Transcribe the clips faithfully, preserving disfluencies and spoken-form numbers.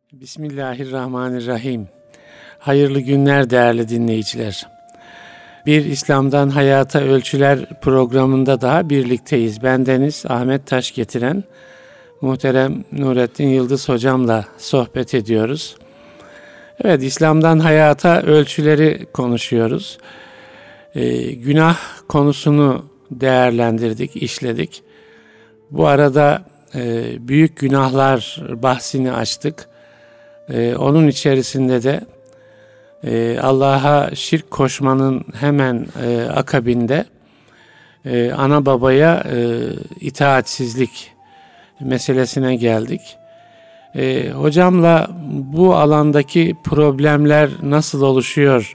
Bismillahirrahmanirrahim. Hayırlı günler değerli dinleyiciler. Bir İslam'dan Hayata Ölçüler programında daha birlikteyiz. Bendeniz Ahmet Taş getiren muhterem Nurettin Yıldız hocamla sohbet ediyoruz. Evet, İslam'dan Hayata Ölçüleri konuşuyoruz. Ee, günah konusunu değerlendirdik, işledik. Bu arada e, büyük günahlar bahsini açtık. Ee, onun içerisinde de e, Allah'a şirk koşmanın hemen e, akabinde e, ana babaya e, itaatsizlik meselesine geldik. E, hocamla bu alandaki problemler nasıl oluşuyor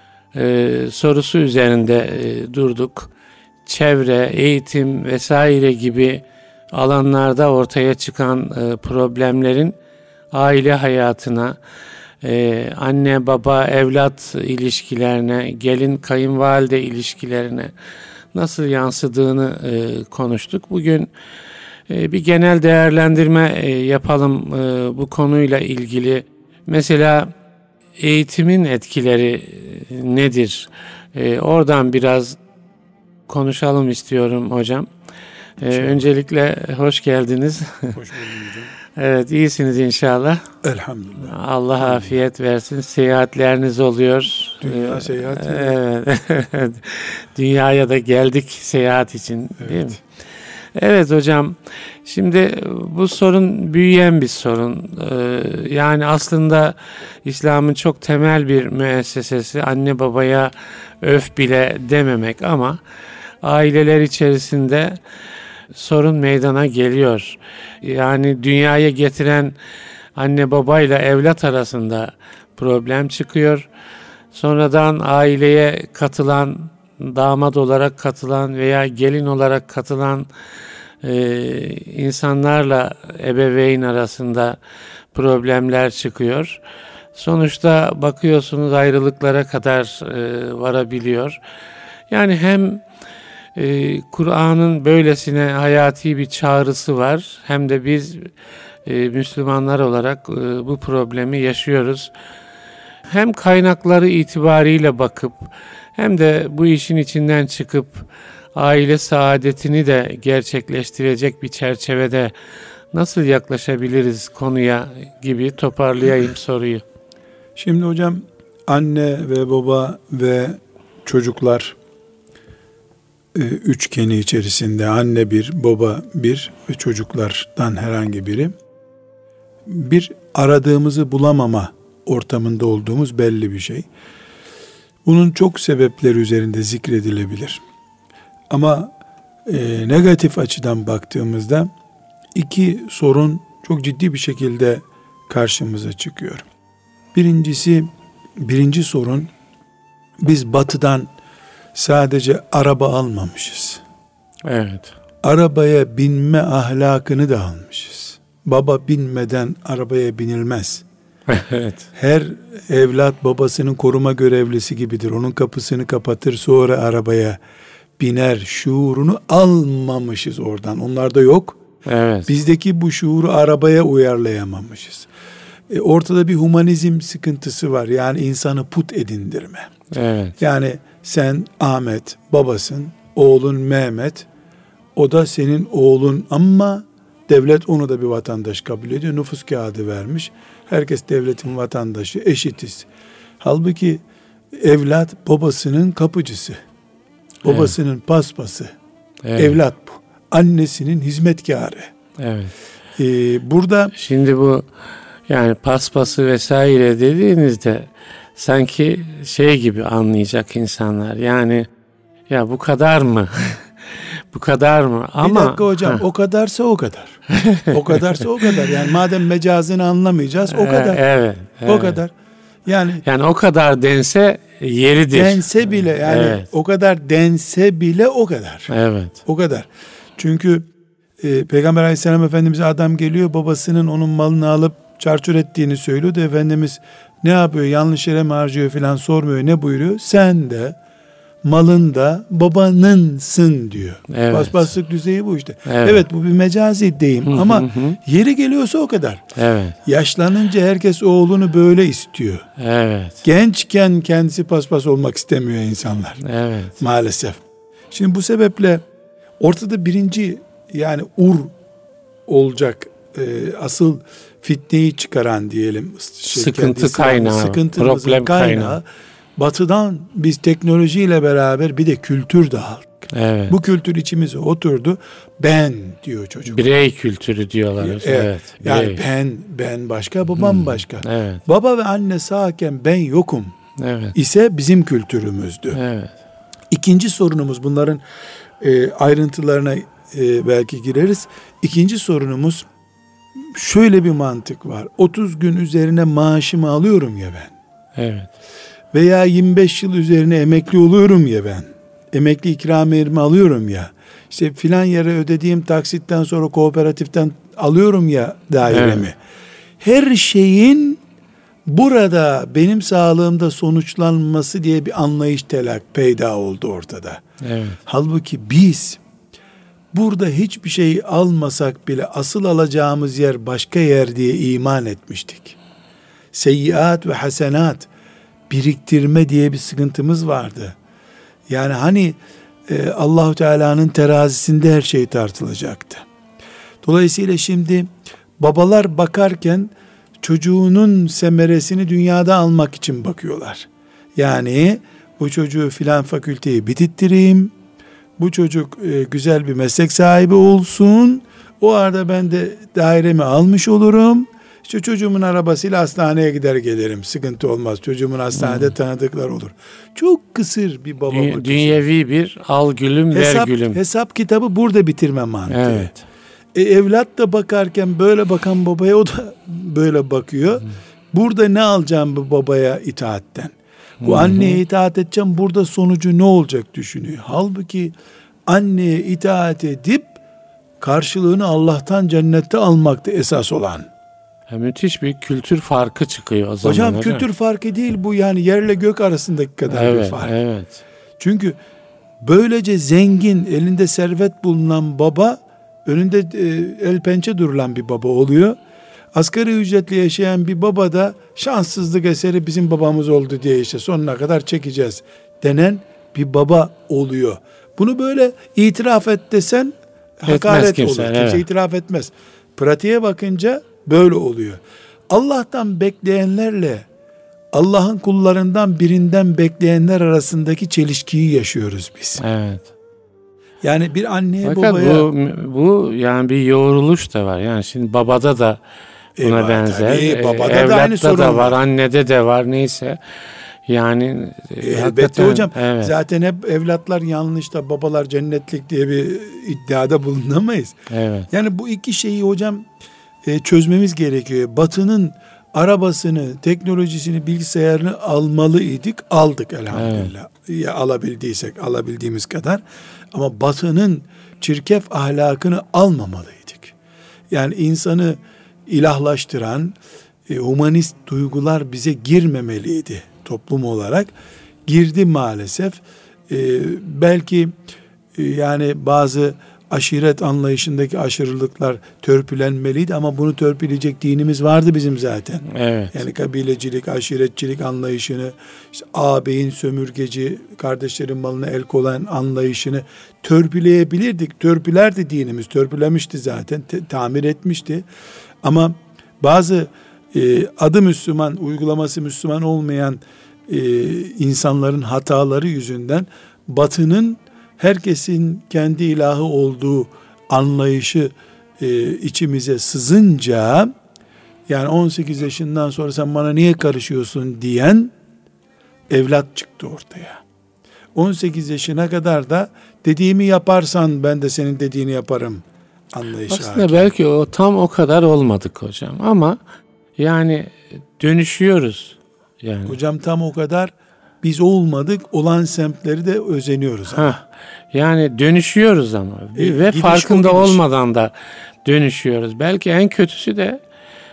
e, sorusu üzerinde e, durduk. Çevre, eğitim vesaire gibi alanlarda ortaya çıkan e, problemlerin aile hayatına, e, anne baba evlat ilişkilerine, gelin kayınvalide ilişkilerine nasıl yansıdığını e, konuştuk. Bugün e, bir genel değerlendirme e, yapalım e, bu konuyla ilgili. Mesela eğitimin etkileri nedir? E, oradan biraz konuşalım istiyorum hocam. E, öncelikle hoş geldiniz. Hoş bulduk hocam. Evet, iyisiniz inşallah. Elhamdülillah. Allah afiyet versin. Seyahatleriniz oluyor. Dünya ee, seyahati. Evet. Dünyaya da geldik seyahat için, evet. Değil mi? Evet hocam. Şimdi bu sorun büyüyen bir sorun. Ee, yani aslında İslam'ın çok temel bir müessesesi. Anne babaya öf bile dememek ama aileler içerisinde sorun meydana geliyor. Yani dünyaya getiren anne babayla evlat arasında problem çıkıyor. Sonradan aileye katılan, damat olarak katılan veya gelin olarak katılan e, insanlarla ebeveyn arasında problemler çıkıyor. Sonuçta bakıyorsunuz ayrılıklara kadar e, varabiliyor. Yani hem Ee, Kur'an'ın böylesine hayati bir çağrısı var. Hem de biz e, Müslümanlar olarak e, bu problemi yaşıyoruz. Hem kaynakları itibariyle bakıp hem de bu işin içinden çıkıp aile saadetini de gerçekleştirecek bir çerçevede nasıl yaklaşabiliriz konuya gibi toparlayayım soruyu. Şimdi hocam, anne ve baba ve çocuklar üçgeni içerisinde anne bir, baba bir ve çocuklardan herhangi biri bir aradığımızı bulamama ortamında olduğumuz belli bir şey. Bunun çok sebepleri üzerinde zikredilebilir. Ama e, negatif açıdan baktığımızda iki sorun çok ciddi bir şekilde karşımıza çıkıyor. Birincisi, birinci sorun, biz batıdan sadece araba almamışız. Evet. Arabaya binme ahlakını da almışız. Baba binmeden arabaya binilmez. Evet. Her evlat babasının koruma görevlisi gibidir. Onun kapısını kapatır, sonra arabaya biner şuurunu almamışız oradan. Onlarda yok. Evet. Bizdeki bu şuuru arabaya uyarlayamamışız. E, ortada bir humanizm sıkıntısı var. Yani insanı put edindirme. Evet. Yani sen Ahmet babasın, oğlun Mehmet, o da senin oğlun ama devlet onu da bir vatandaş kabul ediyor. Nüfus kağıdı vermiş. Herkes devletin vatandaşı, eşitiz. Halbuki evlat babasının kapıcısı, babasının evet. paspası. Evet. Evlat bu. Annesinin hizmetkarı. Evet. Ee, burada şimdi bu yani paspası vesaire dediğinizde sanki şey gibi anlayacak insanlar. Yani ya bu kadar mı? Bu kadar mı? Ama bir dakika hocam, ha. o kadarsa o kadar. O kadarsa o kadar. Yani madem mecazını anlamayacağız, o kadar. Evet, evet. O kadar. Yani yani o kadar dense yeridir. Dense bile yani evet. o kadar dense bile o kadar. Evet. O kadar. Çünkü e, Peygamber Aleyhisselam Efendimiz'e adam geliyor, babasının onun malını alıp çarçur ettiğini söylüyor da Efendimiz ne yapıyor, yanlış yere mi harcıyor filan sormuyor, ne buyuruyor? Sen de malında babanınsın diyor. Evet. Paspaslık düzeyi bu işte. Evet, evet bu bir mecazi deyim Hı, ama hı, hı. yeri geliyorsa o kadar. Evet. Yaşlanınca herkes oğlunu böyle istiyor. Evet. Gençken kendisi paspas olmak istemiyor insanlar. Evet. Maalesef. Şimdi bu sebeple ortada birinci yani ur olacak e, asıl fitneyi çıkaran diyelim. Şey, Sıkıntı kaynağı, sıkıntımızın problem kaynağı. kaynağı. Batıdan biz teknolojiyle beraber bir de kültür de aldık. Evet. Bu kültür içimize oturdu. Ben diyor çocuk. Birey kültürü diyorlar. Evet. Evet. Yani birey. ben ben başka, babam Hmm. başka. Evet. Baba ve anne sağken ben yokum Evet. ise bizim kültürümüzdü. Evet. İkinci sorunumuz, bunların e, ayrıntılarına e, belki gireriz. İkinci sorunumuz şöyle bir mantık var. otuz gün üzerine maaşımı alıyorum ya ben. Evet. Veya yirmi beş yıl üzerine emekli oluyorum ya ben. Emekli ikramiyemi alıyorum ya. İşte filan yere ödediğim taksitten sonra kooperatiften alıyorum ya dairemi. Evet. Her şeyin burada benim sağlığımda sonuçlanması diye bir anlayış telak peyda oldu ortada. Evet. Halbuki biz burada hiçbir şey almasak bile asıl alacağımız yer başka yer diye iman etmiştik. Seyyiat ve hasenat biriktirme diye bir sıkıntımız vardı. Yani hani e, Allahu Teala'nın terazisinde her şey tartılacaktı. Dolayısıyla şimdi babalar bakarken çocuğunun semeresini dünyada almak için bakıyorlar. Yani bu çocuğu filan fakülteyi bitirttireyim, bu çocuk e, güzel bir meslek sahibi olsun, o arada ben de dairemi almış olurum, işte çocuğumun arabasıyla hastaneye gider gelirim, sıkıntı olmaz, çocuğumun hastanede hmm. tanıdıklar olur. Çok kısır bir baba Dü- Dünyevi bir al gülüm hesap, ver gülüm. Hesap kitabı burada bitirme mantığı. Evet. E, evlat da bakarken böyle bakan babaya o da böyle bakıyor. Hmm. Burada ne alacağım bu babaya itaatten? Bu hmm. anneye itaat edeceğim, burada sonucu ne olacak düşünüyor. Halbuki anneye itaat edip karşılığını Allah'tan cennette almakta esas olan. Ya müthiş bir kültür farkı çıkıyor o zaman. Hocam, hocam kültür farkı değil bu, yani yerle gök arasındaki kadar evet, bir fark. Evet. Çünkü böylece zengin, elinde servet bulunan baba, önünde e, el pençe durulan bir baba oluyor. Asgari ücretle yaşayan bir baba da şanssızlık eseri bizim babamız oldu diye işte sonuna kadar çekeceğiz denen bir baba oluyor. Bunu böyle itiraf et desen hakaret kimse, olur. evet. Kimse itiraf etmez. Pratiğe bakınca böyle oluyor. Allah'tan bekleyenlerle Allah'ın kullarından birinden bekleyenler arasındaki çelişkiyi yaşıyoruz biz. Evet. Yani bir anneye Fakat babaya bu, bu yani bir yoğruluş da var. Yani şimdi babada da buna e, benzer. Tabii, babada Evlatta da aynı sorun da var, var. annede de var, neyse. Yani Elbette hakikaten, hocam. Evet. Zaten hep evlatlar yanlış da babalar cennetlik diye bir iddiada bulunamayız. Evet. Yani bu iki şeyi hocam e, çözmemiz gerekiyor. Batı'nın arabasını, teknolojisini, bilgisayarını almalıydık. Aldık elhamdülillah. Evet. Ya alabildiysek, alabildiğimiz kadar. Ama Batı'nın çirkef ahlakını almamalıydık. Yani insanı ilahlaştıran e, humanist duygular bize girmemeliydi toplum olarak. Girdi maalesef. E, belki e, yani bazı aşiret anlayışındaki aşırılıklar törpülenmeliydi ama bunu törpüleyecek dinimiz vardı bizim zaten. Evet. Yani kabilecilik, aşiretçilik anlayışını, işte ağabeyin sömürgeci, kardeşlerin malına el koyan anlayışını törpüleyebilirdik. Törpülerdi dinimiz, törpülemişti zaten, te- tamir etmişti. Ama bazı e, adı Müslüman, uygulaması Müslüman olmayan e, insanların hataları yüzünden Batı'nın herkesin kendi ilahı olduğu anlayışı e, içimize sızınca, yani on sekiz yaşından sonra sen bana niye karışıyorsun diyen evlat çıktı ortaya. on sekiz yaşına kadar da dediğimi yaparsan ben de senin dediğini yaparım anlayışı. Aslında hakim. belki o tam o kadar olmadık hocam ama yani dönüşüyoruz. Yani. Hocam tam o kadar biz olmadık, olan semtleri de özeniyoruz. Ama. Heh, yani dönüşüyoruz ama E, ve gidiş farkında o gidiş. olmadan da dönüşüyoruz. Belki en kötüsü de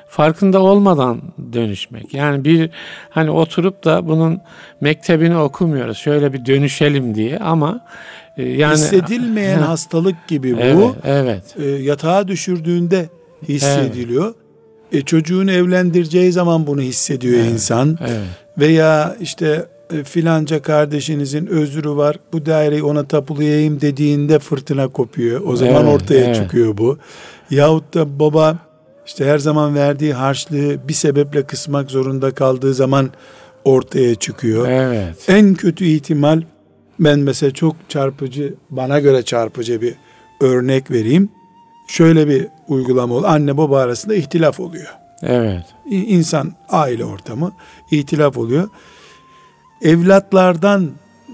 farkında olmadan dönüşmek. Yani bir hani oturup da bunun mektebini okumuyoruz. Şöyle bir dönüşelim diye ama e, yani hissedilmeyen hastalık gibi bu. Evet, evet. E, yatağa düşürdüğünde hissediliyor. Evet. E, çocuğunu evlendireceği zaman bunu hissediyor evet, insan. Evet. Veya işte e, filanca kardeşinizin özrü var, bu daireyi ona tapulayayım dediğinde fırtına kopuyor. O zaman evet, ortaya evet. çıkıyor bu. Yahut da baba işte her zaman verdiği harçlığı bir sebeple kısmak zorunda kaldığı zaman ortaya çıkıyor. Evet. En kötü ihtimal, ben mesela çok çarpıcı, bana göre çarpıcı bir örnek vereyim. Şöyle bir uygulama oluyor. Anne baba arasında ihtilaf oluyor. Evet. İnsan, aile ortamı ihtilaf oluyor. Evlatlardan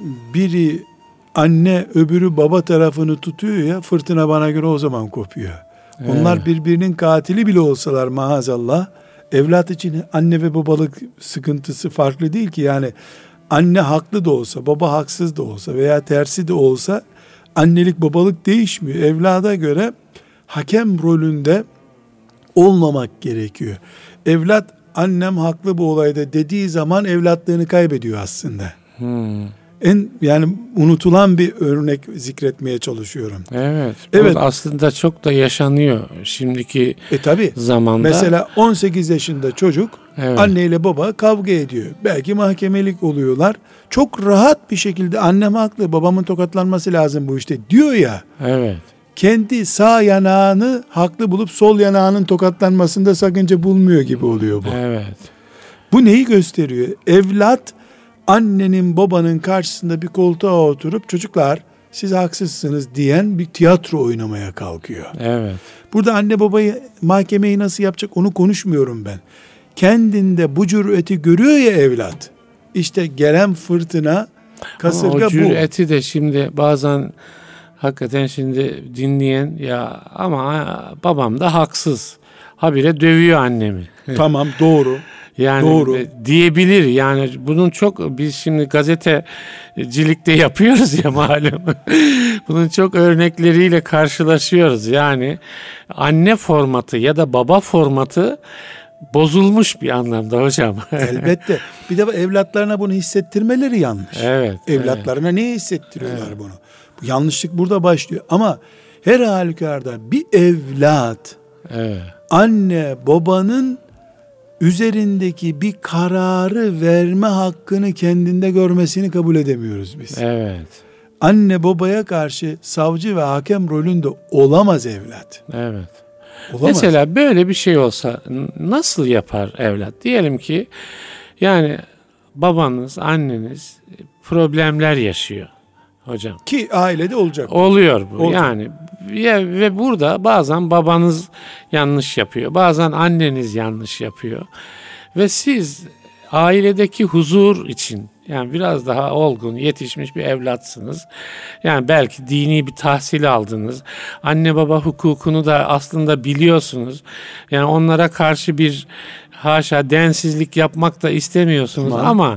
biri anne, öbürü baba tarafını tutuyor ya, fırtına bana göre o zaman kopuyor. Evet. Onlar birbirinin katili bile olsalar maazallah, evlat için anne ve babalık sıkıntısı farklı değil ki. Yani anne haklı da olsa, baba haksız da olsa veya tersi de olsa annelik babalık değişmiyor. Evlada göre hakem rolünde olmamak gerekiyor. Evlat annem haklı bu olayda dediği zaman evlatlığını kaybediyor aslında. Hmm. En yani unutulan bir örnek zikretmeye çalışıyorum. Evet. Evet. Aslında çok da yaşanıyor şimdiki e tabii, zamanda. Mesela on sekiz yaşında çocuk evet. anneyle baba kavga ediyor. Belki mahkemelik oluyorlar. Çok rahat bir şekilde annem haklı, babamın tokatlanması lazım bu işte diyor ya. Evet. Kendi sağ yanağını haklı bulup sol yanağının tokatlanmasında sakınca bulmuyor gibi oluyor bu. Evet. Bu neyi gösteriyor? Evlat annenin babanın karşısında bir koltuğa oturup çocuklar siz haksızsınız diyen bir tiyatro oynamaya kalkıyor. Evet. Burada anne babayı, mahkemeyi nasıl yapacak onu konuşmuyorum ben. Kendinde bu cüreti görüyor ya evlat. İşte gelen fırtına, kasırga bu. Ama o cüreti de şimdi bazen hakikaten şimdi dinleyen ya ama babam da haksız, habire dövüyor annemi. Tamam, doğru. Yani doğru. Diyebilir. Yani bunun çok, biz şimdi gazetecilikte yapıyoruz ya malum. Bunun çok örnekleriyle karşılaşıyoruz. Yani anne formatı ya da baba formatı bozulmuş bir anlamda hocam. Elbette. Bir de evlatlarına bunu hissettirmeleri yanlış. Evet. Evlatlarına evet. niye hissettiriyorlar evet. bunu? Bu yanlışlık burada başlıyor. Ama her halükarda bir evlat evet. anne babanın üzerindeki bir kararı verme hakkını kendinde görmesini kabul edemiyoruz biz. Evet. Anne babaya karşı savcı ve hakem rolünde olamaz evlat. Evet. Olamaz. Mesela böyle bir şey olsa nasıl yapar evlat? Diyelim ki yani babanız, anneniz problemler yaşıyor hocam. Ki ailede olacak. Oluyor bu. Olacak. Yani ya, ve burada bazen babanız yanlış yapıyor. Bazen anneniz yanlış yapıyor. Ve siz ailedeki huzur için, yani biraz daha olgun, yetişmiş bir evlatsınız. Yani belki dini bir tahsil aldınız. Anne baba hukukunu da aslında biliyorsunuz. Yani onlara karşı bir haşa densizlik yapmak da istemiyorsunuz tamam. ama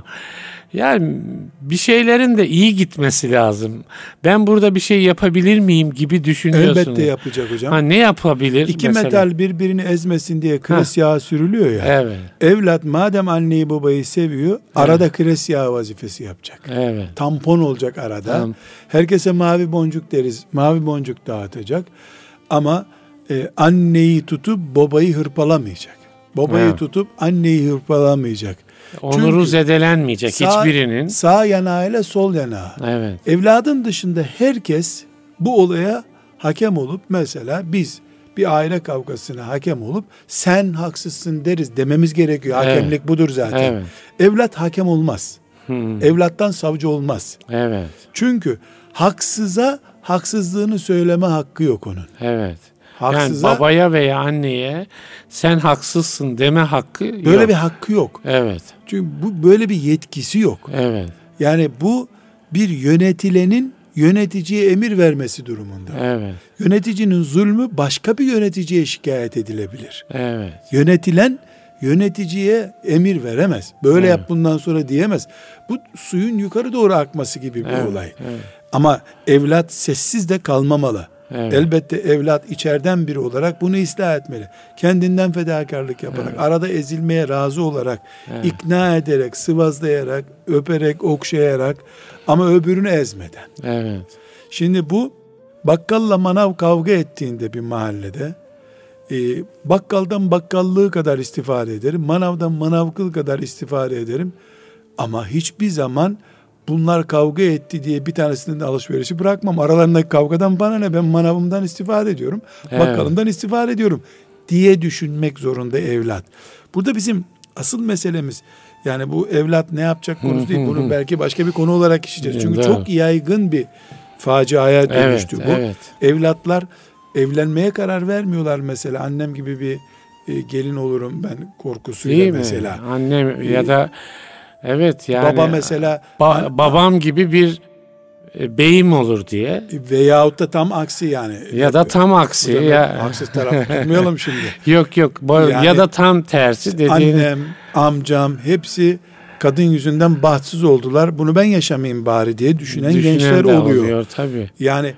yani bir şeylerin de iyi gitmesi lazım. Ben burada bir şey yapabilir miyim gibi düşünüyorsunuz. Elbette yapacak hocam. Ha, ne yapabilir? İki mesela? Metal birbirini ezmesin diye kres yağı sürülüyor ya. Evet. Evlat madem anneyi babayı seviyor, evet. arada kres yağı vazifesi yapacak. Evet. Tampon olacak arada. Tamam. Herkese mavi boncuk deriz. Mavi boncuk dağıtacak. Ama e, anneyi tutup babayı hırpalamayacak. Babayı evet. tutup anneyi hırpalamayacak. Onuru çünkü zedelenmeyecek sağ, hiçbirinin. Sağ yanağıyla sol yanağı. Evet. Evladın dışında herkes bu olaya hakem olup, mesela biz bir aile kavgasına hakem olup sen haksızsın deriz dememiz gerekiyor. Evet. Hakemlik budur zaten. Evet. Evlat hakem olmaz. Hmm. Evlattan savcı olmaz. Evet. Çünkü haksıza haksızlığını söyleme hakkı yok onun. Evet. Haksıza, yani babaya veya anneye sen haksızsın deme hakkı yok. Böyle bir hakkı yok. Evet. Çünkü bu böyle bir yetkisi yok. Evet. Yani bu bir yönetilenin yöneticiye emir vermesi durumunda. Evet. Yöneticinin zulmü başka bir yöneticiye şikayet edilebilir. Evet. Yönetilen yöneticiye emir veremez. Böyle evet. yap bundan sonra diyemez. Bu suyun yukarı doğru akması gibi bir evet. olay. Evet. Ama evlat sessiz de kalmamalı. Evet. Elbette evlat içeriden biri olarak bunu ıslah etmeli. Kendinden fedakarlık yaparak, Evet. arada ezilmeye razı olarak, Evet. ikna ederek, sıvazlayarak, öperek, okşayarak, ama öbürünü ezmeden. Evet. Şimdi bu bakkalla manav kavga ettiğinde bir mahallede e, bakkaldan bakkallığı kadar istifade ederim, manavdan manavkıl kadar istifade ederim. Ama hiçbir zaman bunlar kavga etti diye bir tanesinin de alışverişi bırakmam. Aralarındaki kavgadan bana ne, ben manavımdan istifade ediyorum, Evet. bakkalımdan istifade ediyorum diye düşünmek zorunda evlat. Burada bizim asıl meselemiz, yani bu evlat ne yapacak konusu değil. Bunu belki başka bir konu olarak işleyeceğiz. Çünkü Doğru. çok yaygın bir faciaya dönüştü Evet, bu. evet. Evlatlar evlenmeye karar vermiyorlar mesela. Annem gibi bir e, gelin olurum ben korkusuyla Değil mi? mesela. Annem Ee, ya da evet yani Baba mesela ba- an- babam gibi bir e, beyim olur diye veyahut da tam aksi yani. ya da tam aksi Hocam, ya haksız taraf tutmayalım şimdi. yok yok bu- Yani ya da tam tersi dediğin Annem, amcam hepsi kadın yüzünden bahtsız oldular. Bunu ben yaşamayayım bari diye düşünen, düşünen gençler de oluyor. oluyor tabii. Yani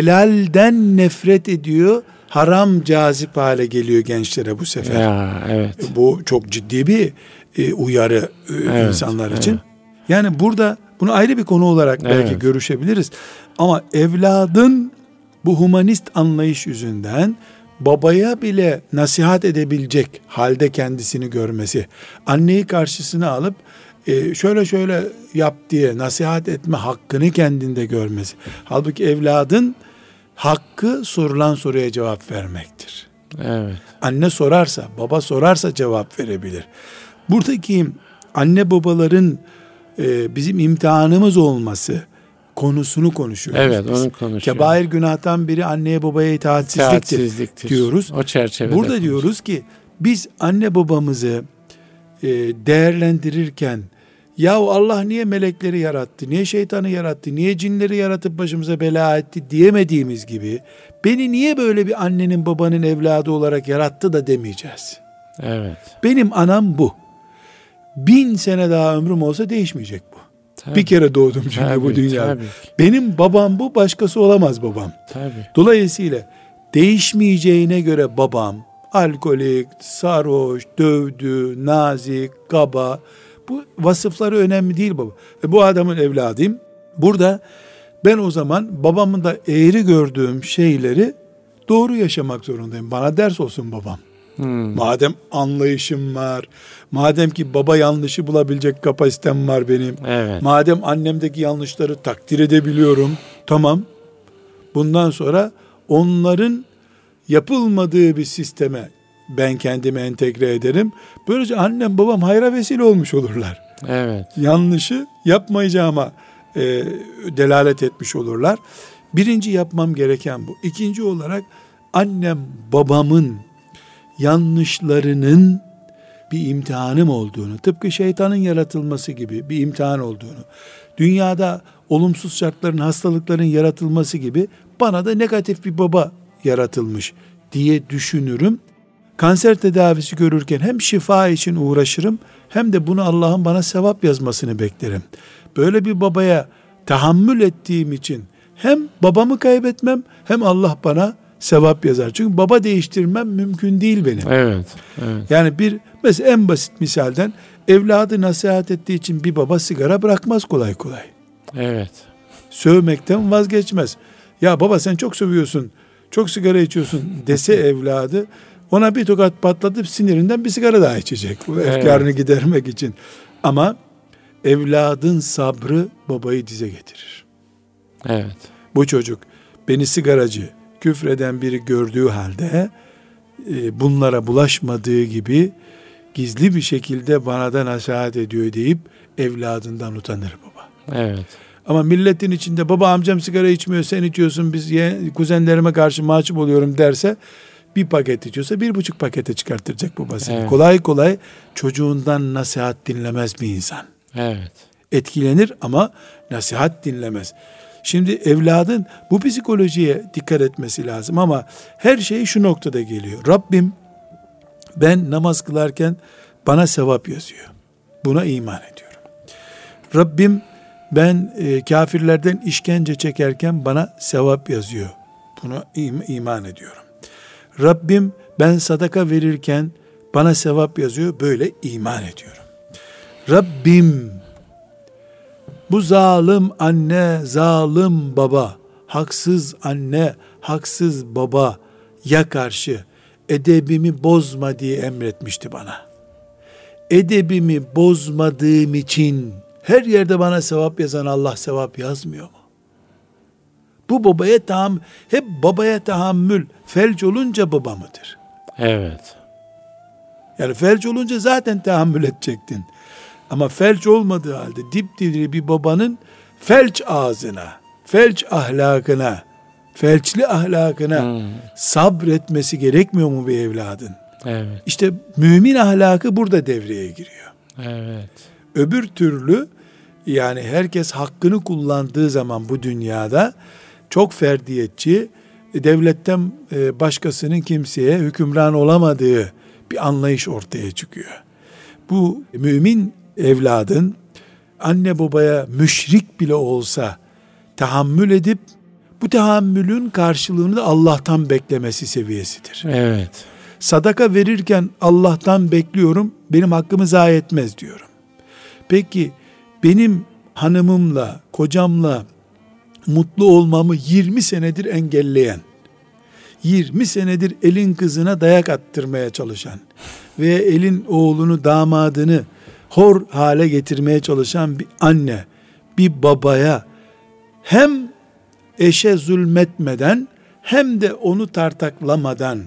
helalden nefret ediyor, haram cazip hale geliyor gençlere bu sefer. Ya evet. Bu çok ciddi bir e, uyarı e, Evet, insanlar evet. için. Yani burada bunu ayrı bir konu olarak belki Evet. görüşebiliriz. Ama evladın bu humanist anlayış yüzünden babaya bile nasihat edebilecek halde kendisini görmesi, anneyi karşısına alıp e, şöyle şöyle yap diye nasihat etme hakkını kendinde görmesi. Halbuki evladın hakkı sorulan soruya cevap vermektir. Evet. Anne sorarsa, baba sorarsa cevap verebilir. Buradaki anne babaların e, bizim imtihanımız olması konusunu konuşuyoruz Evet, biz. onu konuşuyoruz. Kebair günahtan biri anneye babaya itaatsizliktir, İtaatsizliktir diyoruz. O çerçevede. Burada konuşuyoruz. diyoruz ki biz anne babamızı e, değerlendirirken, yahu Allah niye melekleri yarattı, niye şeytanı yarattı, niye cinleri yaratıp başımıza bela etti diyemediğimiz gibi, beni niye böyle bir annenin babanın evladı olarak yarattı da demeyeceğiz. Evet. Benim anam bu. Bin sene daha ömrüm olsa değişmeyecek bu. Tabii. Bir kere doğdum çünkü Tabii, bu dünyada. tabii. Benim babam bu, başkası olamaz babam. Tabii. Dolayısıyla değişmeyeceğine göre babam alkolik, sarhoş, dövdü, nazik, kaba, bu vasıfları önemli değil baba. E bu adamın evladıyım. Burada ben o zaman babamın da eğri gördüğüm şeyleri doğru yaşamak zorundayım. Bana ders olsun babam. Hmm. Madem anlayışım var, madem ki baba yanlışı bulabilecek kapasitem var benim, Evet. madem annemdeki yanlışları takdir edebiliyorum, tamam. Bundan sonra onların yapılmadığı bir sisteme ben kendimi entegre ederim. Böylece annem babam hayra vesile olmuş olurlar. Evet. Yanlışı yapmayacağıma e, delalet etmiş olurlar. Birinci yapmam gereken bu. İkinci olarak annem babamın yanlışlarının bir imtihanım olduğunu, tıpkı şeytanın yaratılması gibi bir imtihan olduğunu, dünyada olumsuz şartların, hastalıkların yaratılması gibi bana da negatif bir baba yaratılmış diye düşünürüm. Kanser tedavisi görürken hem şifa için uğraşırım, hem de bunu Allah'ın bana sevap yazmasını beklerim. Böyle bir babaya tahammül ettiğim için hem babamı kaybetmem, hem Allah bana sevap yazar. Çünkü baba değiştirmem mümkün değil benim. Evet. Evet. Yani bir mesela en basit misalden, evladı nasihat ettiği için bir baba sigara bırakmaz kolay kolay. Evet. Sövmekten vazgeçmez. Ya baba sen çok sövüyorsun, çok sigara içiyorsun dese evladı, ona bir tokat patlatıp sinirinden bir sigara daha içecek. Bu Evet. efkarını gidermek için. Ama evladın sabrı babayı dize getirir. Evet. Bu çocuk beni sigaracı, küfreden biri gördüğü halde e, bunlara bulaşmadığı gibi gizli bir şekilde bana da nasihat ediyor deyip evladından utanır baba. Evet. Ama milletin içinde baba amcam sigara içmiyor, sen içiyorsun, biz ye, kuzenlerime karşı mahcup oluyorum derse, bir paket içiyorsa bir buçuk pakete çıkartacak babasını. Evet. Kolay kolay çocuğundan nasihat dinlemez bir insan. Evet. Etkilenir ama nasihat dinlemez. Şimdi evladın bu psikolojiye dikkat etmesi lazım, ama her şey şu noktada geliyor. Rabbim ben namaz kılarken bana sevap yazıyor. Buna iman ediyorum. Rabbim ben e, kafirlerden işkence çekerken bana sevap yazıyor. Buna im- iman ediyorum. Rabbim ben sadaka verirken bana sevap yazıyor, böyle iman ediyorum. Rabbim bu zalim anne, zalim baba, haksız anne, haksız baba ya karşı edebimi bozma diye emretmişti bana. Edebimi bozmadığım için her yerde bana sevap yazan Allah sevap yazmıyor mu? Bu babaya tahammül, hep babaya tahammül felç olunca baba mıdır? Evet. Yani felç olunca zaten tahammül edecektin. Ama felç olmadığı halde dipdiri bir babanın felç ağzına, felç ahlakına, felçli ahlakına hmm. sabretmesi gerekmiyor mu bir evladın? Evet. İşte mümin ahlakı burada devreye giriyor. Evet. Öbür türlü yani herkes hakkını kullandığı zaman bu dünyada çok ferdiyetçi, devletten başkasının kimseye hükümran olamadığı bir anlayış ortaya çıkıyor. Bu mümin evladın anne babaya müşrik bile olsa tahammül edip bu tahammülün karşılığını da Allah'tan beklemesi seviyesidir. Evet. Sadaka verirken Allah'tan bekliyorum, benim hakkımı zayi etmez diyorum. Peki benim hanımımla, kocamla mutlu olmamı yirmi senedir engelleyen, yirmi senedir elin kızına dayak attırmaya çalışan ve elin oğlunu, damadını hor hale getirmeye çalışan bir anne, bir babaya hem eşe zulmetmeden hem de onu tartaklamadan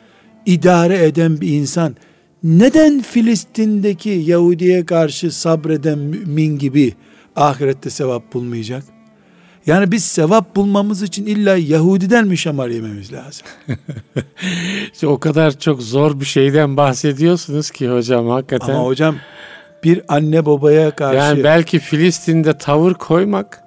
idare eden bir insan neden Filistin'deki Yahudi'ye karşı sabreden mümin gibi ahirette sevap bulmayacak? Yani biz sevap bulmamız için illa Yahudi'den mi şamar yememiz lazım? İşte o kadar çok zor bir şeyden bahsediyorsunuz ki hocam hakikaten. Ama hocam bir anne babaya karşı... Yani belki Filistin'de tavır koymak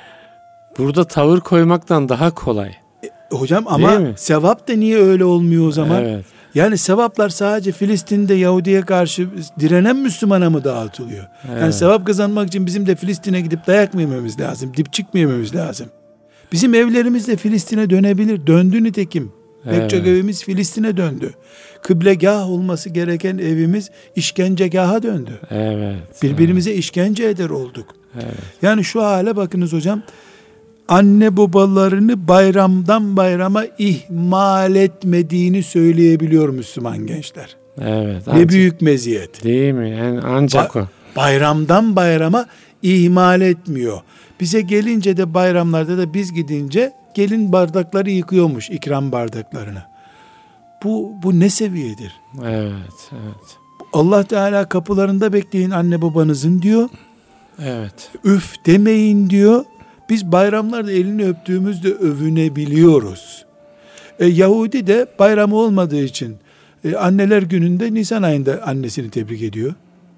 burada tavır koymaktan daha kolay. E, hocam ama sevap da niye öyle olmuyor o zaman? Evet. Yani sevaplar sadece Filistin'de Yahudi'ye karşı direnen Müslümana mı dağıtılıyor? Evet. Yani sevap kazanmak için bizim de Filistin'e gidip dayak mı yememiz lazım? Dipçik mi yememiz lazım? Bizim evlerimiz de Filistin'e dönebilir. Döndü nitekim. Pek evet. çok evimiz Filistin'e döndü. Kıblegah olması gereken evimiz işkencegaha döndü. Evet. Birbirimize evet. işkence eder olduk. Evet. Yani şu hale bakınız hocam. Anne babalarını bayramdan bayrama ihmal etmediğini söyleyebiliyor Müslüman gençler. Evet. Ne büyük meziyet. Değil mi? Yani ancak ba- o. Bayramdan bayrama ihmal etmiyor. Bize gelince de bayramlarda da biz gidince gelin bardakları yıkıyormuş, ikram bardaklarını. Bu bu ne seviyedir? Evet, evet. Allah Teala kapılarında bekleyin anne babanızın diyor. Evet. Üf demeyin diyor. Biz bayramlarda elini öptüğümüzde övünebiliyoruz. E, Yahudi de bayramı olmadığı için e, anneler gününde Nisan ayında annesini tebrik ediyor.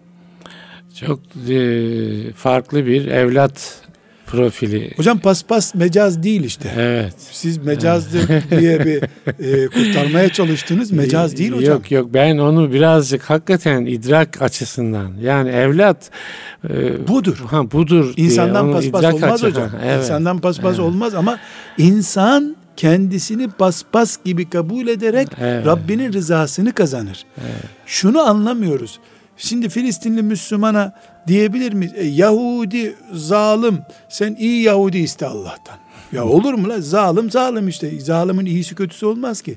Çok e, farklı bir evlat profili. Hocam paspas mecaz değil işte. Evet. Siz mecazdır evet. diye bir e, kurtarmaya çalıştınız. Mecaz değil hocam. Yok yok ben onu birazcık hakikaten idrak açısından yani evlat e, budur. Ha budur. İnsandan paspas olmaz açı, hocam. Ha, evet. İnsandan paspas evet. olmaz ama insan kendisini paspas gibi kabul ederek evet. Rabbinin rızasını kazanır. Evet. Şunu anlamıyoruz. Şimdi Filistinli Müslümana diyebilir miyiz? E, Yahudi zalim, sen iyi Yahudi iste Allah'tan. Ya olur mu la? Zalim zalim işte. Zalimin iyisi kötüsü olmaz ki.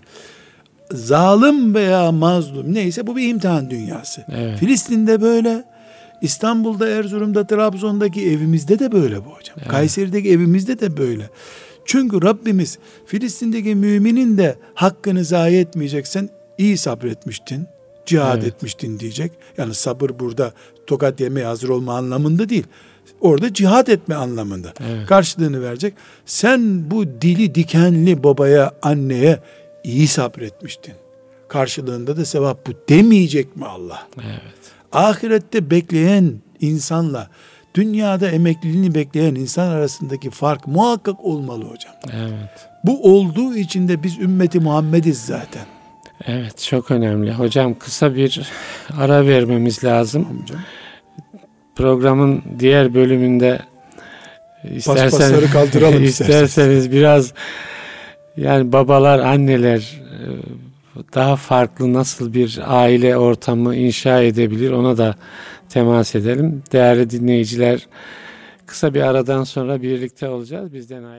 Zalim veya mazlum neyse bu bir imtihan dünyası. Evet. Filistin'de böyle, İstanbul'da, Erzurum'da, Trabzon'daki evimizde de böyle bu hocam. Evet. Kayseri'deki evimizde de böyle. Çünkü Rabbimiz Filistin'deki müminin de hakkını zayi etmeyecek. Sen iyi sabretmiştin, cihad evet. etmiştin diyecek. Yani sabır burada tokat yemeye hazır olma anlamında değil. Orada cihad etme anlamında. Evet. Karşılığını verecek. Sen bu dili dikenli babaya, anneye iyi sabretmiştin. Karşılığında da sevap bu demeyecek mi Allah? Evet. Ahirette bekleyen insanla dünyada emekliliğini bekleyen insan arasındaki fark muhakkak olmalı hocam. Evet. Bu olduğu için de biz ümmeti Muhammediz zaten. Evet, çok önemli. Hocam kısa bir ara vermemiz lazım. Hocam. Programın diğer bölümünde isterseniz, kaldıralım isterseniz biraz Yani babalar, anneler daha farklı nasıl bir aile ortamı inşa edebilir, ona da temas edelim. Değerli dinleyiciler, kısa bir aradan sonra birlikte olacağız. Bizden